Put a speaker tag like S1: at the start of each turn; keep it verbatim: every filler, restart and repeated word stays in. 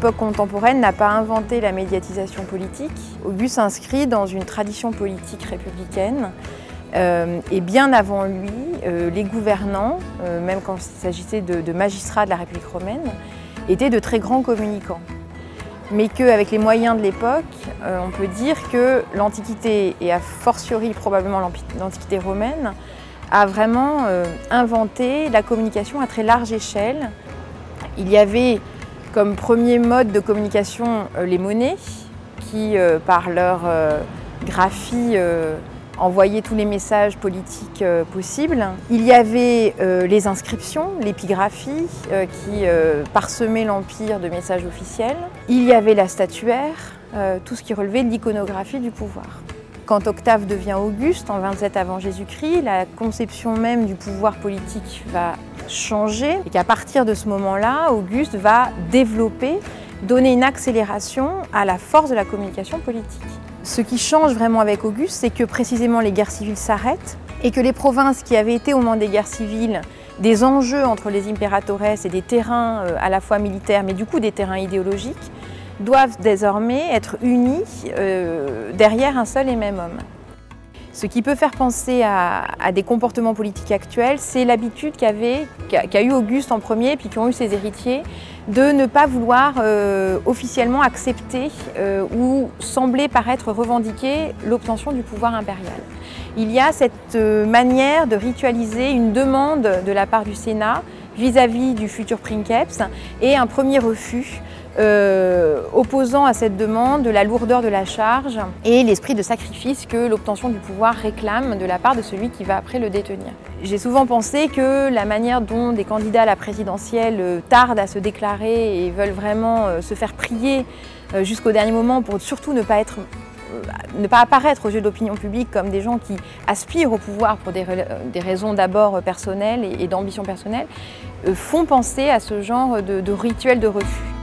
S1: l'époque contemporaine n'a pas inventé la médiatisation politique. Auguste s'inscrit dans une tradition politique républicaine. Euh, et bien avant lui, euh, les gouvernants, euh, même quand il s'agissait de, de magistrats de la République romaine, étaient de très grands communicants. Mais qu'avec les moyens de l'époque, euh, on peut dire que l'Antiquité, et a fortiori probablement l'Antiquité romaine, a vraiment euh, inventé la communication à très large échelle. Il y avait comme premier mode de communication euh, les monnaies, qui, euh, par leur euh, graphie, euh, envoyaient tous les messages politiques euh, possibles. Il y avait euh, les inscriptions, l'épigraphie, euh, qui euh, parsemaient l'empire de messages officiels. Il y avait la statuaire, euh, tout ce qui relevait de l'iconographie du pouvoir. Quand Octave devient Auguste, en vingt-sept avant Jésus-Christ, la conception même du pouvoir politique va changer et qu'à partir de ce moment-là, Auguste va développer, donner une accélération à la force de la communication politique. Ce qui change vraiment avec Auguste, c'est que précisément les guerres civiles s'arrêtent et que les provinces qui avaient été au moment des guerres civiles des enjeux entre les impératores et des terrains à la fois militaires, mais du coup des terrains idéologiques, doivent désormais être unis euh, derrière un seul et même homme. Ce qui peut faire penser à, à des comportements politiques actuels, c'est l'habitude qu'avait, qu'a, qu'a eu Auguste en premier, puis qu'ont eu ses héritiers, de ne pas vouloir euh, officiellement accepter euh, ou sembler paraître revendiquer l'obtention du pouvoir impérial. Il y a cette euh, manière de ritualiser une demande de la part du Sénat vis-à-vis du futur princeps et un premier refus euh, opposant à cette demande la lourdeur de la charge et l'esprit de sacrifice que l'obtention du pouvoir réclame de la part de celui qui va après le détenir. J'ai souvent pensé que la manière dont des candidats à la présidentielle tardent à se déclarer et veulent vraiment se faire prier jusqu'au dernier moment pour surtout ne pas être ne pas apparaître aux yeux de l'opinion publique comme des gens qui aspirent au pouvoir pour des, des raisons d'abord personnelles et, et d'ambition personnelle, euh, font penser à ce genre de, de rituel de refus.